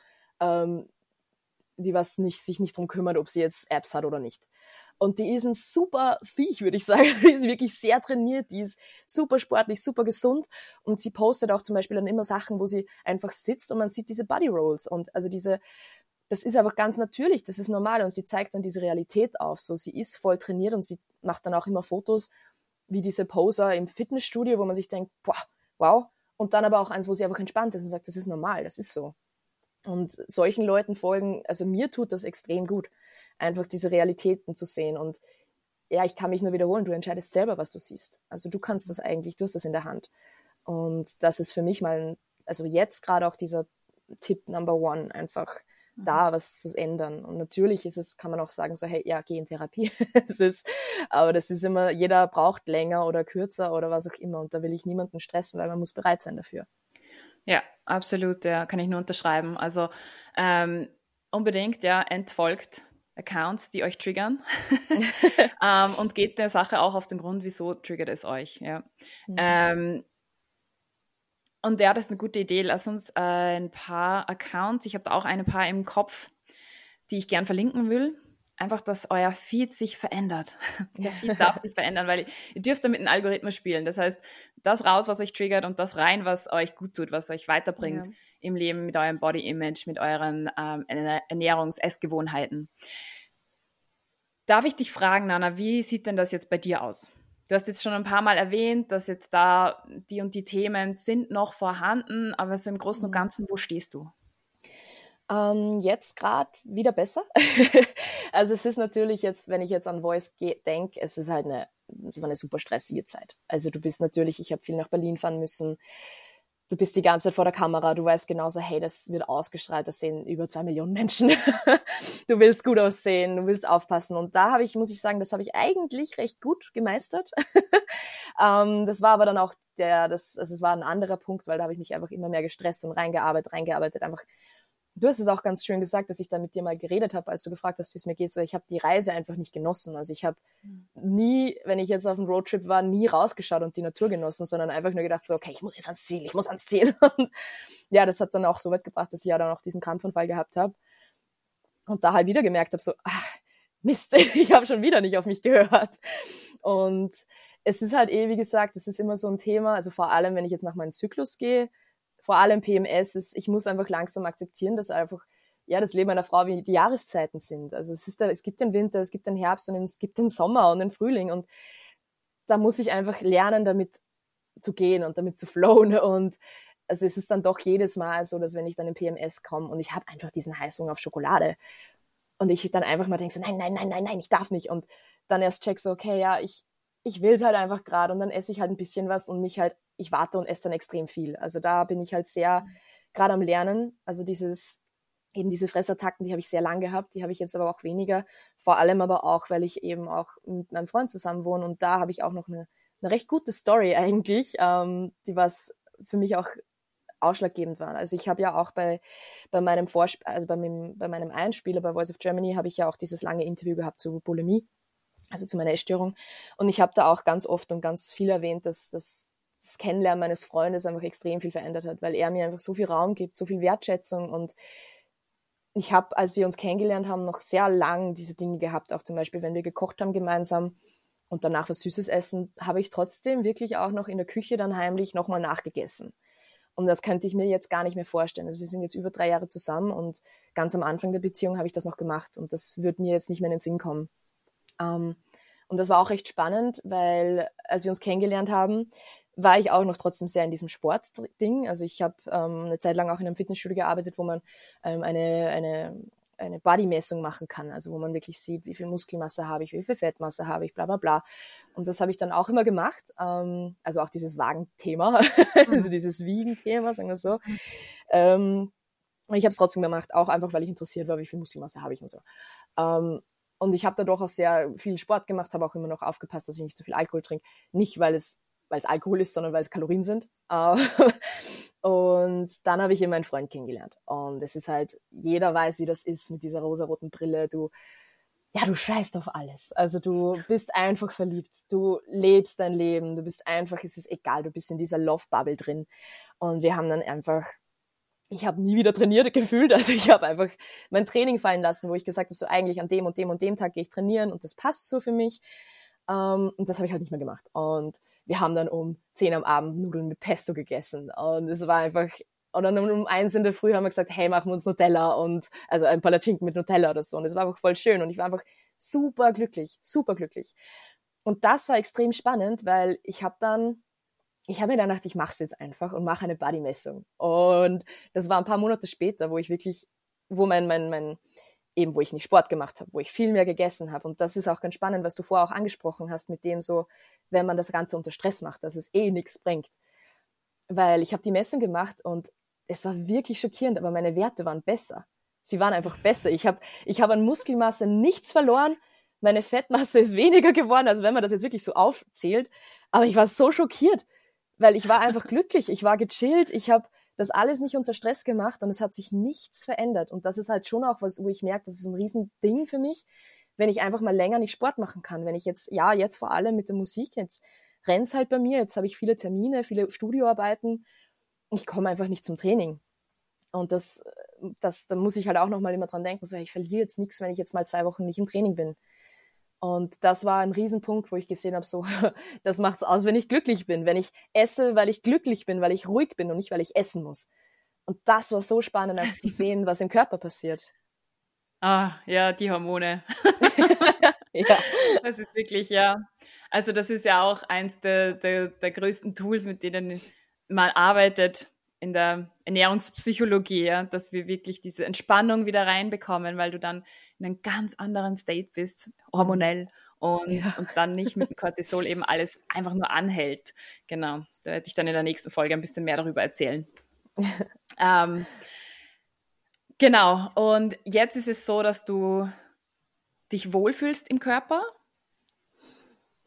die sich nicht drum kümmert, ob sie jetzt Abs hat oder nicht. Und die ist ein super Viech, würde ich sagen. Die ist wirklich sehr trainiert, die ist super sportlich, super gesund. Und sie postet auch zum Beispiel dann immer Sachen, wo sie einfach sitzt und man sieht diese Body Rolls. Und also das ist einfach ganz natürlich, das ist normal. Und sie zeigt dann diese Realität auf. So, sie ist voll trainiert und sie macht dann auch immer Fotos wie diese Poser im Fitnessstudio, wo man sich denkt, boah, wow. Und dann aber auch eins, wo sie einfach entspannt ist und sagt, das ist normal, das ist so. Und solchen Leuten folgen, also mir tut das extrem gut, einfach diese Realitäten zu sehen. Und ja, ich kann mich nur wiederholen, du entscheidest selber, was du siehst. Also du kannst das eigentlich, du hast das in der Hand. Und das ist für mich mal, also jetzt gerade auch dieser Tipp Number One, einfach da was zu ändern. Und natürlich kann man auch sagen, so, hey, ja, geh in Therapie. Aber das ist immer, jeder braucht länger oder kürzer oder was auch immer. Und da will ich niemanden stressen, weil man muss bereit sein dafür. Ja, absolut, ja, kann ich nur unterschreiben. Also unbedingt, ja, entfolgt Accounts, die euch triggern und geht der Sache auch auf den Grund, wieso triggert es euch. Ja. Mhm. Und ja, das ist eine gute Idee. Lass uns ein paar Accounts, ich habe da auch ein paar im Kopf, die ich gern verlinken will. Einfach, dass euer Feed sich verändert. Der Feed darf sich verändern, weil ihr dürft damit einen Algorithmus spielen. Das heißt, das raus, was euch triggert und das rein, was euch gut tut, was euch weiterbringt im Leben mit eurem Body-Image, mit euren Ernährungs-Essgewohnheiten. Darf ich dich fragen, Nana, wie sieht denn das jetzt bei dir aus? Du hast jetzt schon ein paar Mal erwähnt, dass jetzt da die und die Themen sind noch vorhanden, aber so im Großen und Ganzen, wo stehst du? Jetzt gerade wieder besser. Also es ist natürlich jetzt, wenn ich jetzt an Voice denke, es war eine super stressige Zeit. Also du bist natürlich, ich habe viel nach Berlin fahren müssen, du bist die ganze Zeit vor der Kamera, du weißt genauso, hey, das wird ausgestrahlt, das sehen über 2 Millionen Menschen. Du willst gut aussehen, du willst aufpassen. Und da muss ich sagen, das habe ich eigentlich recht gut gemeistert. Das war aber dann auch es war ein anderer Punkt, weil da habe ich mich einfach immer mehr gestresst und reingearbeitet, einfach du hast es auch ganz schön gesagt, dass ich da mit dir mal geredet habe, als du gefragt hast, wie es mir geht. So, ich habe die Reise einfach nicht genossen. Also ich habe nie, wenn ich jetzt auf einem Roadtrip war, nie rausgeschaut und die Natur genossen, sondern einfach nur gedacht so, okay, ich muss jetzt ans Ziel, ich muss ans Ziel. Und ja, das hat dann auch so weit gebracht, dass ich ja dann auch diesen Krampfanfall gehabt habe und da halt wieder gemerkt habe, so, ach, Mist, ich habe schon wieder nicht auf mich gehört. Und es ist halt wie gesagt, es ist immer so ein Thema, also vor allem, wenn ich jetzt nach meinem Zyklus gehe, vor allem PMS, ich muss einfach langsam akzeptieren, dass einfach ja das Leben einer Frau wie die Jahreszeiten sind. Also es gibt den Winter, es gibt den Herbst und es gibt den Sommer und den Frühling und da muss ich einfach lernen, damit zu gehen und damit zu flowen und also es ist dann doch jedes Mal so, dass wenn ich dann in PMS komme und ich habe einfach diesen Heißhunger auf Schokolade und ich dann einfach mal denke so, nein, ich darf nicht und dann erst check so, okay, ja, ich will es halt einfach gerade und dann esse ich halt ein bisschen was und nicht halt, ich warte und esse dann extrem viel. Also da bin ich halt sehr gerade am Lernen, also eben diese Fressattacken, die habe ich sehr lang gehabt, die habe ich jetzt aber auch weniger, vor allem aber auch, weil ich eben auch mit meinem Freund zusammen wohne und da habe ich auch noch eine recht gute Story eigentlich, die was für mich auch ausschlaggebend war. Also ich habe ja auch bei meinem also bei meinem Einspieler bei Voice of Germany habe ich ja auch dieses lange Interview gehabt zu Bulimie, also zu meiner Essstörung. Und ich habe da auch ganz oft und ganz viel erwähnt, dass das Kennenlernen meines Freundes einfach extrem viel verändert hat, weil er mir einfach so viel Raum gibt, so viel Wertschätzung und ich habe, als wir uns kennengelernt haben, noch sehr lang diese Dinge gehabt, auch zum Beispiel, wenn wir gekocht haben gemeinsam und danach was Süßes essen, habe ich trotzdem wirklich auch noch in der Küche dann heimlich nochmal nachgegessen. Und das könnte ich mir jetzt gar nicht mehr vorstellen. Also wir sind jetzt über 3 Jahre zusammen und ganz am Anfang der Beziehung habe ich das noch gemacht und das würde mir jetzt nicht mehr in den Sinn kommen. Und das war auch recht spannend, weil als wir uns kennengelernt haben, war ich auch noch trotzdem sehr in diesem Sportding. Also ich habe eine Zeit lang auch in einem Fitnessstudio gearbeitet, wo man eine Bodymessung machen kann, also wo man wirklich sieht, wie viel Muskelmasse habe ich, wie viel Fettmasse habe ich, bla bla bla. Und das habe ich dann auch immer gemacht, also auch dieses Wagenthema, also dieses Wiegenthema, sagen wir so. Und ich habe es trotzdem gemacht, auch einfach, weil ich interessiert war, wie viel Muskelmasse habe ich und so. Und ich habe da doch auch sehr viel Sport gemacht, habe auch immer noch aufgepasst, dass ich nicht zu viel Alkohol trinke. Nicht, weil es Alkohol ist, sondern weil es Kalorien sind. Und dann habe ich eben meinen Freund kennengelernt. Und es ist halt, jeder weiß, wie das ist mit dieser rosaroten Brille. Du scheißt auf alles. Also du bist einfach verliebt. Du lebst dein Leben. Du bist einfach, es ist egal, du bist in dieser Love-Bubble drin. Und wir haben dann einfach, ich habe nie wieder trainiert gefühlt. Also ich habe einfach mein Training fallen lassen, wo ich gesagt habe, so eigentlich an dem und dem und dem Tag gehe ich trainieren und das passt so für mich. Und das habe ich halt nicht mehr gemacht. Und wir haben dann um 10 am Abend Nudeln mit Pesto gegessen. Und es war einfach, und dann um 1 in der Früh haben wir gesagt, hey, machen wir uns Nutella und, also ein Palatschinken mit Nutella oder so. Und es war einfach voll schön. Und ich war einfach super glücklich, super glücklich. Und das war extrem spannend, weil ich habe mir dann gedacht, ich mache es jetzt einfach und mache eine Bodymessung. Und das war ein paar Monate später, wo ich wirklich, wo eben wo ich nicht Sport gemacht habe, wo ich viel mehr gegessen habe. Und das ist auch ganz spannend, was du vorher auch angesprochen hast, mit dem so, wenn man das Ganze unter Stress macht, dass es nichts bringt. Weil ich habe die Messung gemacht und es war wirklich schockierend, aber meine Werte waren besser. Sie waren einfach besser. Ich hab an Muskelmasse nichts verloren, meine Fettmasse ist weniger geworden, also wenn man das jetzt wirklich so aufzählt. Aber ich war so schockiert, weil ich war einfach glücklich, ich war gechillt, ich habe das alles nicht unter Stress gemacht und es hat sich nichts verändert. Und das ist halt schon auch was, wo ich merke, das ist ein Riesending für mich, wenn ich einfach mal länger nicht Sport machen kann. Wenn ich jetzt vor allem mit der Musik, jetzt rennt's halt bei mir, jetzt habe ich viele Termine, viele Studioarbeiten, ich komme einfach nicht zum Training. Und da muss ich halt auch nochmal immer dran denken, so, ich verliere jetzt nichts, wenn ich jetzt mal 2 Wochen nicht im Training bin. Und das war ein Riesenpunkt, wo ich gesehen habe, so, das macht's aus, wenn ich glücklich bin. Wenn ich esse, weil ich glücklich bin, weil ich ruhig bin und nicht, weil ich essen muss. Und das war so spannend, einfach zu sehen, was im Körper passiert. Ah, ja, die Hormone. Ja. Das ist wirklich, ja. Also das ist ja auch eins der größten Tools, mit denen man arbeitet in der Ernährungspsychologie, ja, dass wir wirklich diese Entspannung wieder reinbekommen, weil du dann in einem ganz anderen State bist, hormonell, und dann nicht mit dem Cortisol eben alles einfach nur anhält. Genau, da werde ich dann in der nächsten Folge ein bisschen mehr darüber erzählen. Genau, und jetzt ist es so, dass du dich wohlfühlst im Körper?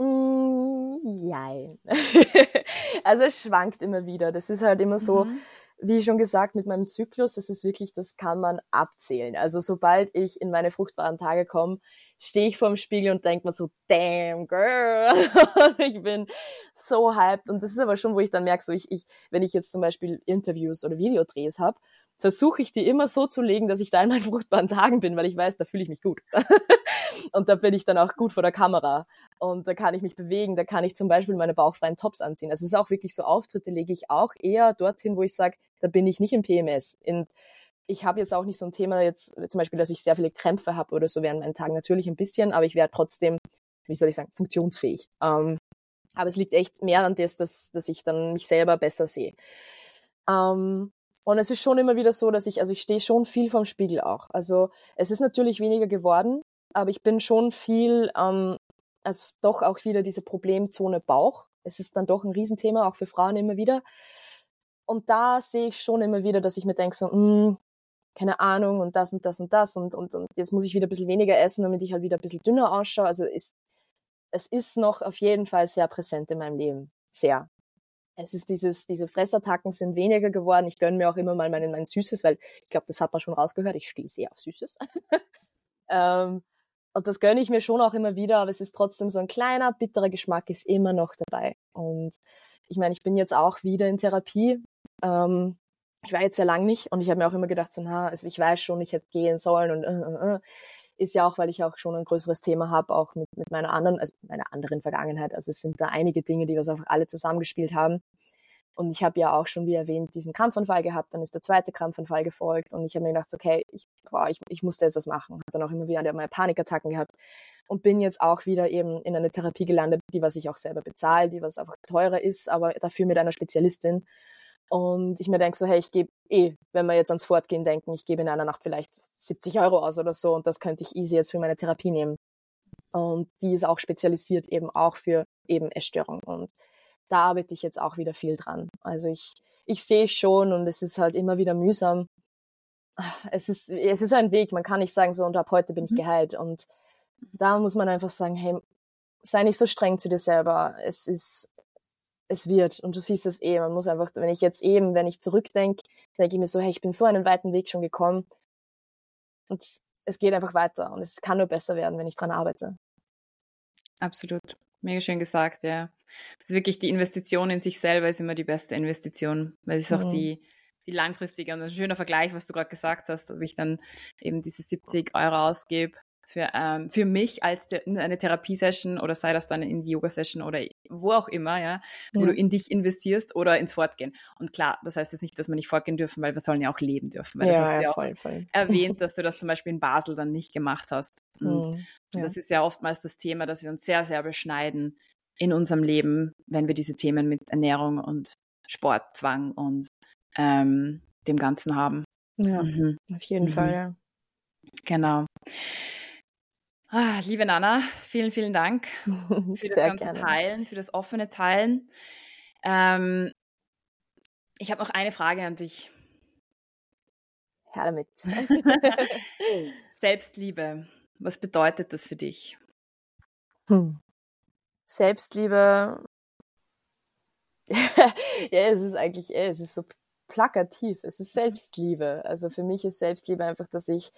Jein. Also es schwankt immer wieder. Das ist halt immer so, wie schon gesagt, mit meinem Zyklus, das ist wirklich, das kann man abzählen. Also sobald ich in meine fruchtbaren Tage komme, stehe ich vorm Spiegel und denke mir so, damn girl, ich bin so hyped. Und das ist aber schon, wo ich dann merke, so wenn ich jetzt zum Beispiel Interviews oder Videodrehs habe, versuche ich die immer so zu legen, dass ich da in meinen fruchtbaren Tagen bin, weil ich weiß, da fühle ich mich gut. Und da bin ich dann auch gut vor der Kamera. Und da kann ich mich bewegen, da kann ich zum Beispiel meine bauchfreien Tops anziehen. Also es ist auch wirklich so, Auftritte lege ich auch eher dorthin, wo ich sage, da bin ich nicht im PMS. Und ich habe jetzt auch nicht so ein Thema jetzt, zum Beispiel, dass ich sehr viele Krämpfe habe oder so während meinen Tagen. Natürlich ein bisschen, aber ich wäre trotzdem, wie soll ich sagen, funktionsfähig. Aber es liegt echt mehr an das, dass ich dann mich selber besser sehe. Und es ist schon immer wieder so, dass ich stehe schon viel vorm Spiegel auch. Also es ist natürlich weniger geworden, aber ich bin schon viel, also doch auch wieder diese Problemzone Bauch. Es ist dann doch ein Riesenthema, auch für Frauen immer wieder. Und da sehe ich schon immer wieder, dass ich mir denke so, keine Ahnung und das und das und das und jetzt muss ich wieder ein bisschen weniger essen, damit ich halt wieder ein bisschen dünner ausschaue. Also es ist noch auf jeden Fall sehr präsent in meinem Leben. Sehr. Es ist diese Fressattacken sind weniger geworden. Ich gönne mir auch immer mal mein Süßes, weil ich glaube, das hat man schon rausgehört. Ich stehe sehr auf Süßes. Und das gönne ich mir schon auch immer wieder, aber es ist trotzdem so ein kleiner, bitterer Geschmack ist immer noch dabei. Und ich meine, ich bin jetzt auch wieder in Therapie. Ich war jetzt sehr lang nicht und ich habe mir auch immer gedacht, so, also ich weiß schon, ich hätte gehen sollen und ist ja auch, weil ich auch schon ein größeres Thema habe, auch mit meiner anderen Vergangenheit. Also es sind da einige Dinge, die wir einfach alle zusammengespielt haben. Und ich habe ja auch schon, wie erwähnt, diesen Krampfanfall gehabt, dann ist der zweite Krampfanfall gefolgt und ich habe mir gedacht, okay, ich musste jetzt was machen. Habe dann auch immer wieder meine Panikattacken gehabt und bin jetzt auch wieder eben in eine Therapie gelandet, die was ich auch selber bezahle, die was einfach teurer ist, aber dafür mit einer Spezialistin. Und ich mir denke so, hey, ich gebe wenn wir jetzt ans Fortgehen denken, ich gebe in einer Nacht vielleicht 70 Euro aus oder so und das könnte ich easy jetzt für meine Therapie nehmen. Und die ist auch spezialisiert eben auch für eben Essstörung und da arbeite ich jetzt auch wieder viel dran. Also ich sehe schon und es ist halt immer wieder mühsam. Es ist ein Weg, man kann nicht sagen so und ab heute bin ich geheilt und da muss man einfach sagen, hey, sei nicht so streng zu dir selber. Es wird und du siehst es man muss einfach, wenn ich zurückdenke, denke ich mir so, hey, ich bin so einen weiten Weg schon gekommen und es geht einfach weiter und es kann nur besser werden, wenn ich dran arbeite. Absolut. Mega schön gesagt, ja. Das ist wirklich die Investition in sich selber ist immer die beste Investition, weil es ist auch die langfristige und ein schöner Vergleich, was du gerade gesagt hast, ob ich dann eben diese 70 Euro ausgebe für mich als eine Therapiesession oder sei das dann in die Yoga-Session oder wo auch immer, ja, wo du in dich investierst oder ins Fortgehen. Und klar, das heißt jetzt nicht, dass wir nicht fortgehen dürfen, weil wir sollen ja auch leben dürfen. Weil das hast du ja auch voll. erwähnt, dass du das zum Beispiel in Basel dann nicht gemacht hast. Und das ist ja oftmals das Thema, dass wir uns sehr, sehr beschneiden in unserem Leben, wenn wir diese Themen mit Ernährung und Sportzwang und dem Ganzen haben. Ja, auf jeden Fall, ja. Genau. Liebe Nana, vielen, vielen Dank für das ganze Teilen, für das offene Teilen. Ich habe noch eine Frage an dich. Her damit. Selbstliebe, was bedeutet das für dich? Selbstliebe, es ist eigentlich, es ist so plakativ, es ist Selbstliebe. Also für mich ist Selbstliebe einfach,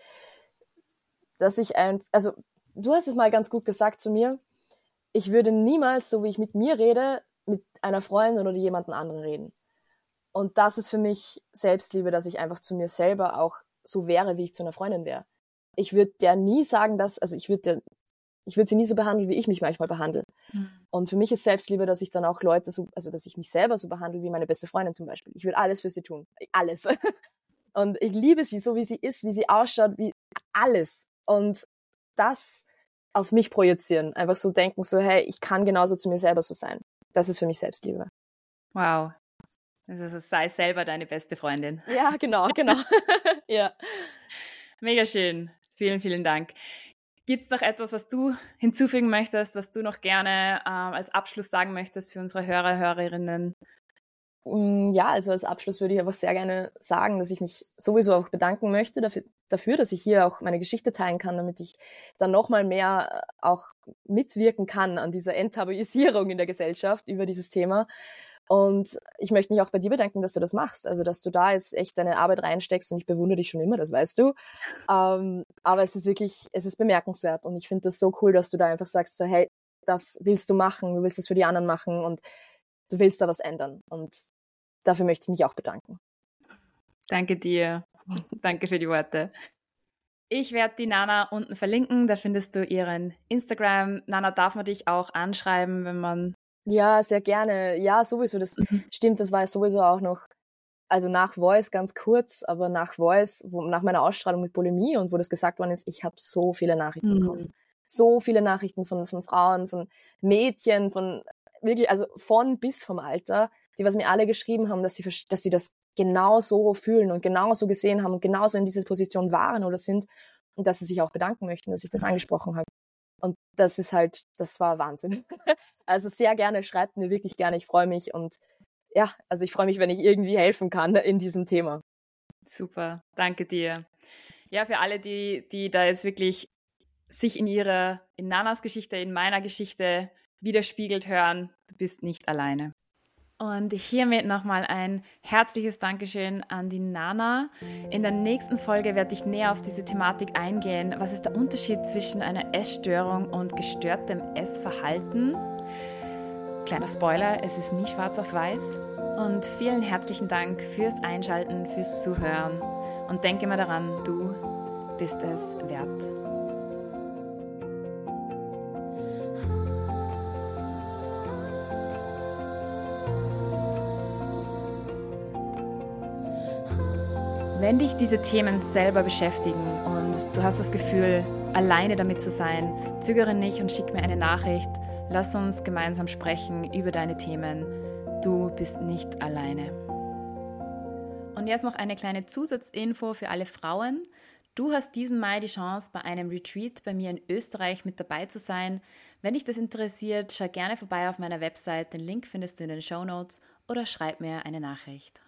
also du hast es mal ganz gut gesagt zu mir, ich würde niemals, so wie ich mit mir rede, mit einer Freundin oder jemandem anderen reden. Und das ist für mich Selbstliebe, dass ich einfach zu mir selber auch so wäre, wie ich zu einer Freundin wäre. Ich würde der nie sagen, ich würde sie nie so behandeln, wie ich mich manchmal behandle. Und für mich ist Selbstliebe, dass ich dann auch Leute dass ich mich selber so behandle wie meine beste Freundin zum Beispiel. Ich würde alles für sie tun. Alles. Und ich liebe sie, so wie sie ist, wie sie ausschaut, wie alles. Und das auf mich projizieren. Einfach so denken, so, hey, ich kann genauso zu mir selber so sein. Das ist für mich Selbstliebe. Wow. Also sei selber deine beste Freundin. Ja, genau. Ja. Mega schön. Vielen, vielen Dank. Gibt es noch etwas, was du hinzufügen möchtest, was du noch gerne als Abschluss sagen möchtest für unsere Hörerinnen? Ja, also als Abschluss würde ich einfach sehr gerne sagen, dass ich mich sowieso auch bedanken möchte dafür, dass ich hier auch meine Geschichte teilen kann, damit ich dann nochmal mehr auch mitwirken kann an dieser Enttabuisierung in der Gesellschaft über dieses Thema. Und ich möchte mich auch bei dir bedanken, dass du das machst. Also, dass du da jetzt echt deine Arbeit reinsteckst und ich bewundere dich schon immer, das weißt du. Aber es ist bemerkenswert und ich finde das so cool, dass du da einfach sagst, so, hey, das willst du machen, du willst es für die anderen machen und du willst da was ändern. Und dafür möchte ich mich auch bedanken. Danke dir. Danke für die Worte. Ich werde die Nana unten verlinken, da findest du ihren Instagram. Nana, darf man dich auch anschreiben, wenn man... Ja, sehr gerne. Ja, sowieso, das stimmt, das war sowieso auch noch, also nach Voice ganz kurz, aber nach Voice, nach meiner Ausstrahlung mit Bulimie und wo das gesagt worden ist, ich habe so viele Nachrichten bekommen. So viele Nachrichten von Frauen, von Mädchen, von wirklich, also von bis vom Alter, die was mir alle geschrieben haben, dass sie das genau so fühlen und genau so gesehen haben und genauso in dieser Position waren oder sind und dass sie sich auch bedanken möchten, dass ich das angesprochen habe. Und das war Wahnsinn. Also sehr gerne, schreibt mir wirklich gerne, ich freue mich und ja, also ich freue mich, wenn ich irgendwie helfen kann in diesem Thema. Super, danke dir. Ja, für alle, die da jetzt wirklich sich in Nanas Geschichte, in meiner Geschichte widerspiegelt hören, du bist nicht alleine. Und hiermit nochmal ein herzliches Dankeschön an die Nana. In der nächsten Folge werde ich näher auf diese Thematik eingehen. Was ist der Unterschied zwischen einer Essstörung und gestörtem Essverhalten? Kleiner Spoiler, es ist nie schwarz auf weiß. Und vielen herzlichen Dank fürs Einschalten, fürs Zuhören. Und denke mal daran, du bist es wert. Wenn dich diese Themen selber beschäftigen und du hast das Gefühl, alleine damit zu sein, zögere nicht und schick mir eine Nachricht. Lass uns gemeinsam sprechen über deine Themen. Du bist nicht alleine. Und jetzt noch eine kleine Zusatzinfo für alle Frauen. Du hast diesen Mai die Chance, bei einem Retreat bei mir in Österreich mit dabei zu sein. Wenn dich das interessiert, schau gerne vorbei auf meiner Website. Den Link findest du in den Shownotes oder schreib mir eine Nachricht.